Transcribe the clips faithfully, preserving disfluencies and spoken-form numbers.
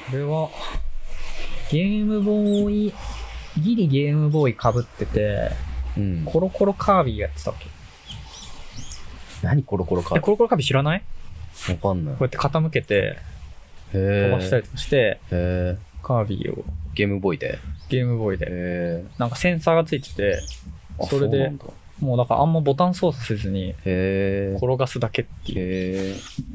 俺は、ゲームボーイ、ギリゲームボーイ被ってて、 うん。 コロコロカービィやってたっけ？ 何コロコロカえ、 ーコロコロカービィ知らない？ ビィ？わかんない。 こうやって傾けて、 へ飛ばしたりー。 とかして、 へー。 カービィをゲームボーイで。 ゲームボーイで、 へなんかセンサーがついてて、 ー。あそれでうなんだもうだからあんまボタン操作せずにへー。 転がすだけっていうへー。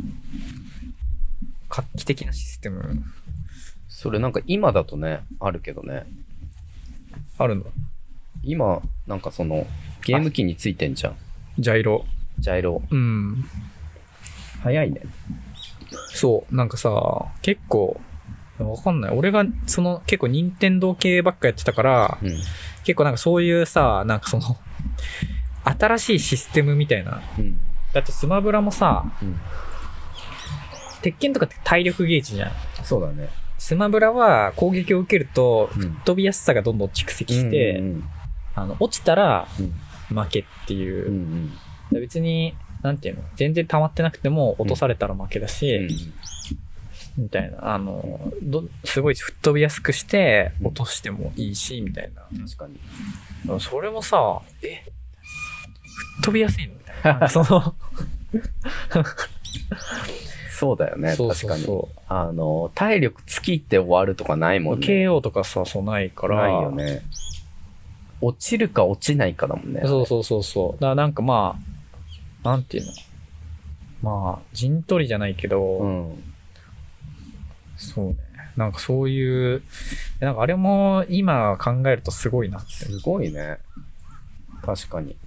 画期的なシステムそれなんか今だとね、あるけどね。 あるんだ。 今、なんかその、ゲーム機についてんじゃん。 ジャイロ。 ジャイロ。 うん。 早いね。 そう、なんかさ、結構、わかんない。俺が、その、結構任天堂系ばっかやってたから、 うん。 結構なんかそういうさ、なんかその、新しいシステムみたいな。 うん。 だってスマブラもさ、 うん。 鉄拳とかって体力ゲージじゃん。 そうだね。 スマブラは攻撃を受けると、 うん吹っ飛びやすさがどんどん蓄積して、 うんうんあの、落ちたらうん。 負けっていう。 うんうん。 で別に、なんていうの、全然溜まってなくても落とされたら負けだし、 うんみたいな。あの、ど、すごい吹っ飛びやすくして落としてもいいし、みたいな。 確かに。 でもそれもさ、え、吹っ飛びやすいのみたいな。なんかその、 そうだよね。 そうそう確かに。 そあの、体力尽きて終わるとかないもう。 んね。 ケーオー とかさ、そうないから。 ないよね。落ちるか落ちないかだもんね。 そうそうそうそう。だからなんかまあ、なんていうの。まあ、陣取りじゃないけど、 うん。 そうね。なんかそういう、なんかあれも今考えるとすごいなって。 すごいね。確かに。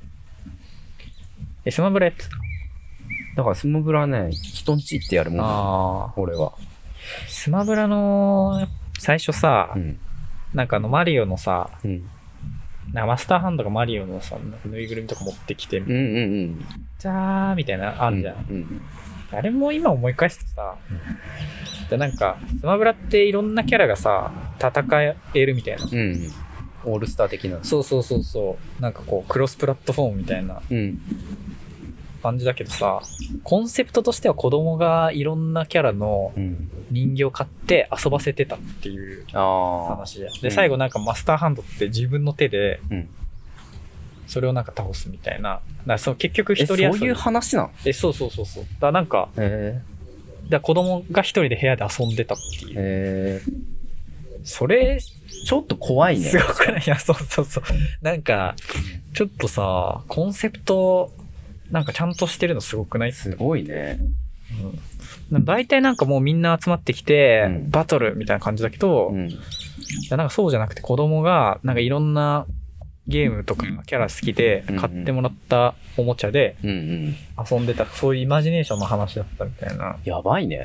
え、スマブラやってた？ だからスマブラね、人んち行ってやるもんね。 ああ。 俺は。 スマブラの最初さ、 うん。 なんかあのマリオのさ、 うん。 なんかマスターハンドがマリオのさ、ぬいぐるみとか持ってきて、 うんうんうん。 じゃーみたいな、あんじゃん。 うんうん。 あれも今思い返すとさ、でなんか、スマブラっていろんなキャラがさ、戦えるみたいな。 うんうん。オールスター的な。 そうそうそうそう。なんかこう、クロスプラットフォームみたいなうん。 感じだけどさ、コンセプトとしては子供がいろんなキャラのうん。 人形を買って遊ばせてたっていうああ。 話で。で、 うん最後なんかマスターハンドって自分の手で、 うん。 それをなんか倒すみたいな。だからその結局一え、 人遊び。 そういう話なの？ え、そうそうそうそう。だからなんか、 へだから子供が一人で部屋で遊んでたっていう。 え。へえ。 それ、 ちょっと怖いね。 すごくない？いや、そうそうそう。なんか、ちょっとさ、コンセプト、なんかちゃんとしてるのすごくない？ すごいね。 うん。大体なんかもうみんな集まってきて、 うんバトルみたいな感じだけど、 うん。 いやなんかそうじゃなくて子供が、なんかいろんなゲームとかキャラ好きでうんうん買ってもらったおもちゃでうんうん。 遊んでた、そういうイマジネーションの話だったみたいな。 やばいね。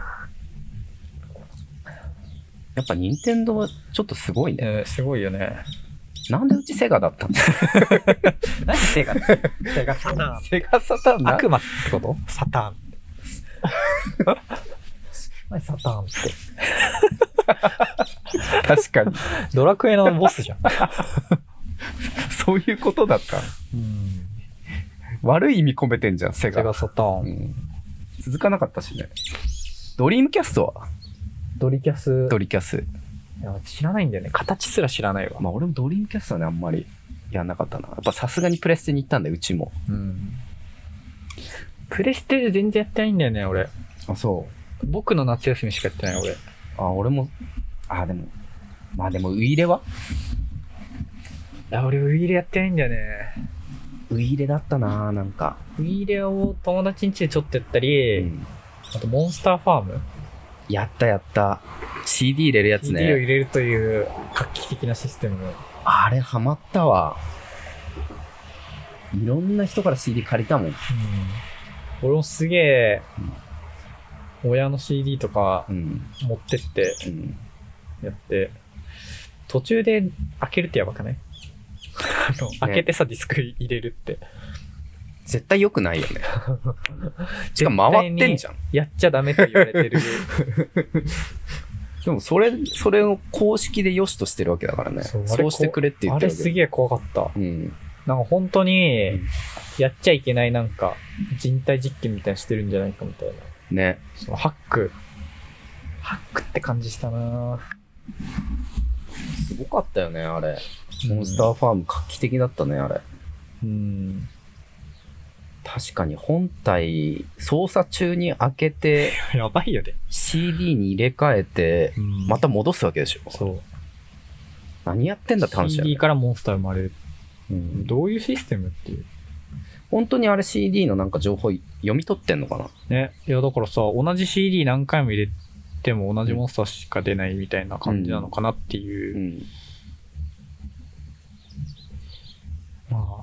やっぱ任天堂ちょっとすごいね。 えーすごいよね。 なんでうちセガだったの？ 何セガセガサターン。 セガサターンな悪魔ってことサターン。何サターンって。 確かに。 ドラクエのボスじゃん。 そういうことだった。 うん。 悪い意味込めてんじゃん、セガ。 セガサターン。 うん、続かなかったしね。ドリームキャストはドリキャス。 ドリキャス。 いや知らないんだよね。形すら知らないわ。 まあ俺もドリームキャストはね、あんまりやんなかったな。やっぱさすがにプレステに行ったんだよ、うちも。 うん。プレステで全然やってないんだよね、俺。 あ、そ僕の夏休みしかやってない、俺。 う。あ、俺も、あ、でも、まあでもウイイレは？ いや、俺ウイイレやってないんだよね。 ウイイレだったな、なんか。 ウイイレを友達ん家でちょっとやったり、 うんあとモンスターファーム、 やったやった。シーディー 入れるやつシーディー を入ね。 れるという画期的なシステム。 あれハマったわ。いろんな人から シーディー 借りたもん。 うん。俺もすげえ、親の シーディー とかうん。 持ってってうん。 やって、途中で開けるってやばくないあの、開けてさ、ディスク入れるって。 絶対良くないよね。しかも回ってんじゃん。 やっちゃダメと言われてる。 でもそれ、それを公式で良しとしてるわけだからね。 そそううあれしてくれって言あってるわけ。 れすげえ怖かった。 うん。 なんか本当にうん、 やっちゃいけないなんか、人体実験みたいにしてるんじゃないかみたいな。 ね。 そのハック。ハックってって感じしたな。 すごかったよね、あれ。モンスターファーム画期的だったね、あれ。 うん。 確かに本体、操作中に開けて、 やばいよね。 シーディー に入れ替えて、 うん、 また戻すわけでしょ。 そう。 何やってんだって話だよね。 シーディー からモンスター生まれる。 うん、 どういうシステムっていう。 本当にあれ シーディー のなんか情報読み取ってんのかな。 ね。いやだからさ、同じ シーディー 何回も入れても同じモンスターしか出ないみたいな感じなのかなっていう。 うんうんま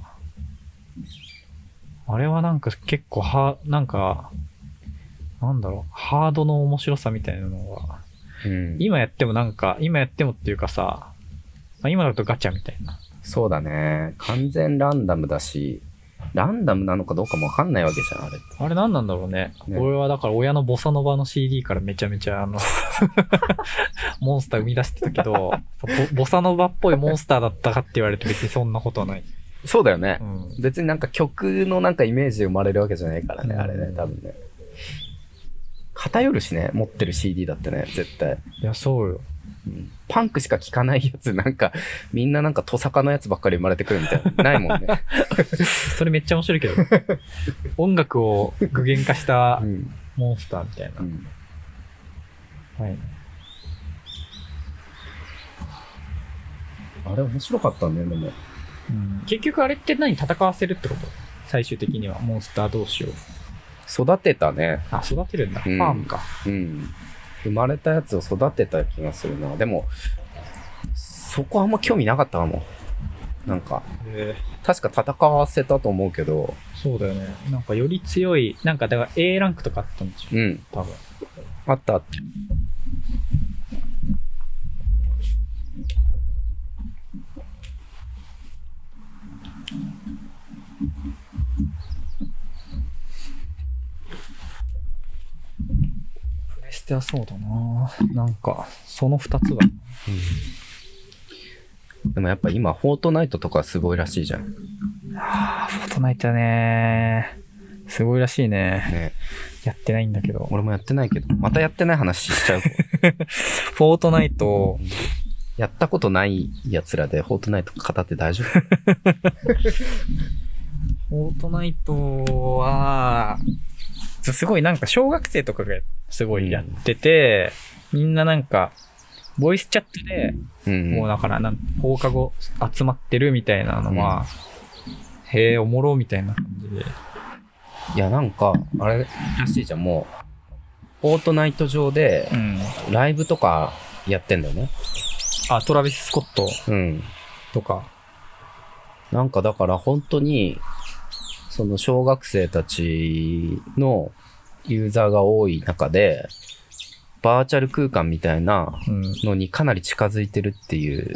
あ、あれはなんか結構は、なんか、なんだろう、ハードの面白さみたいなのは、うん、今やってもなんか、今やってもっていうかさ、まあ、今だとガチャみたいな。 そうだね。完全ランダムだし、ランダムなのかどうかもわかんないわけじゃん、あれ。 あれ何なんだろうね。 ね、 俺はだから親のボサノバの シーディー からめちゃめちゃあの、モンスター生み出してたけどボ、ボサノバっぽいモンスターだったかって言われて別にそんなことはない。 そうだよね、 うん。別になんか曲のなんかイメージで生まれるわけじゃないからね、うん、あれね、多分ね。偏るしね、持ってる シーディー だってね、絶対。 いや、そうよ。 うん、パンクしか聴かないやつ、なんか、みんななんかトサカのやつばっかり生まれてくるみたいな。ないもんね。 それめっちゃ面白いけど。音楽を具現化したモンスターみたいな。うん、はい。 あれ面白かったんだよね、でも。 うん、結局あれって何戦わせるってこと？最終的にはモンスター同士を。 育てたね。 あ、育てるんだ。うん、ファームか。 うん。生まれたやつを育てた気がするな。でも、そこはあんま興味なかったかも。なんか、確か戦わせたと思うけど。 そうだよね。なんかより強い、なんかだから A ランクとかあったんでしょ。 うん。 多分。 あったあった。 プレステはそうだな。なんか、その二つだな。 うん、でもやっぱ今、フォートナイトとかすごいらしいじゃん。 ああ、フォートナイトはね、すごいらしいね。 ね。 やってないんだけど。 俺もやってないけど、またやってない話しちゃう。 フォートナイト、 やったことない奴らでフォートナイト語って大丈夫？ フォートナイトは、すごいなんか小学生とかがすごいやってて、うん、みんななんか、ボイスチャットで、うん、もうだからなん放課後集まってるみたいなのは、うん、へえ、おもろみたいな感じで。 いや、なんか、あれらしいじゃん、もう、フォートナイト上で、ライブとかやってんだよね。 うん、あ、トラビス・スコット。 うん。 とか。 なんかだから本当に、その小学生たちのユーザーが多い中で、バーチャル空間みたいなのにかなり近づいてるっていう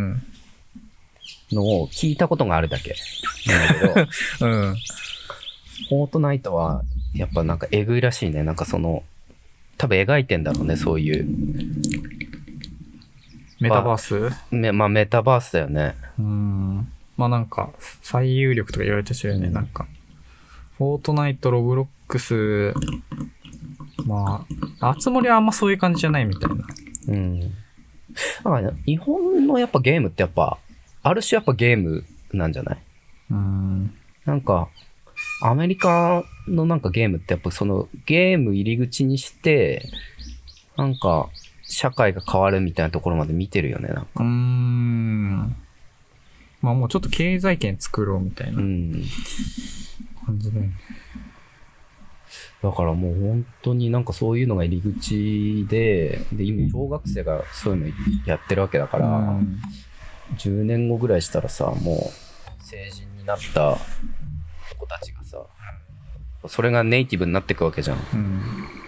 のを聞いたことがあるだけなんだけど、うん、フォートナイトはやっぱなんかえぐいらしいね。なんかその多分描いてんだろうね、そういうメタバース、 まあ、まあメタバースだよね。 うん、まあなんか最有力とか言われてるよね、うん、なんかフォートナイト、ロブロックス、まあ、あつ森はあんまそういう感じじゃないみたいな。うん。だから日本のやっぱゲームってやっぱ、ある種やっぱゲームなんじゃない？うん。なんか、アメリカのなんかゲームってやっぱそのゲーム入り口にして、なんか社会が変わるみたいなところまで見てるよね、なんか。うーん。 まあもうちょっと経済圏作ろうみたいな感じだよね。 だからもう本当になんかそういうのが入り口で、で、今小学生がそういうのやってるわけだから、うん、じゅうねんごぐらいしたらさ、もう成人になった子たちがさ、それがネイティブになっていくわけじゃん。うん、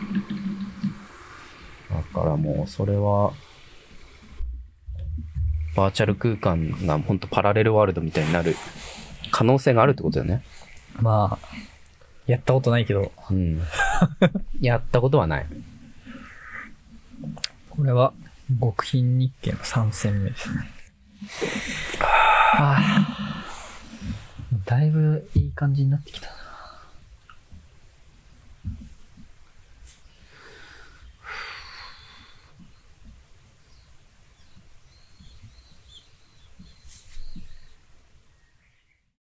だからもうそれは、バーチャル空間が本当パラレルワールドみたいになる可能性があるってことだよね。 まあ、やったことないけど。うん。 やったことはない。 これは、極貧日経のさん戦目ですね。ああ。だいぶいい感じになってきたな。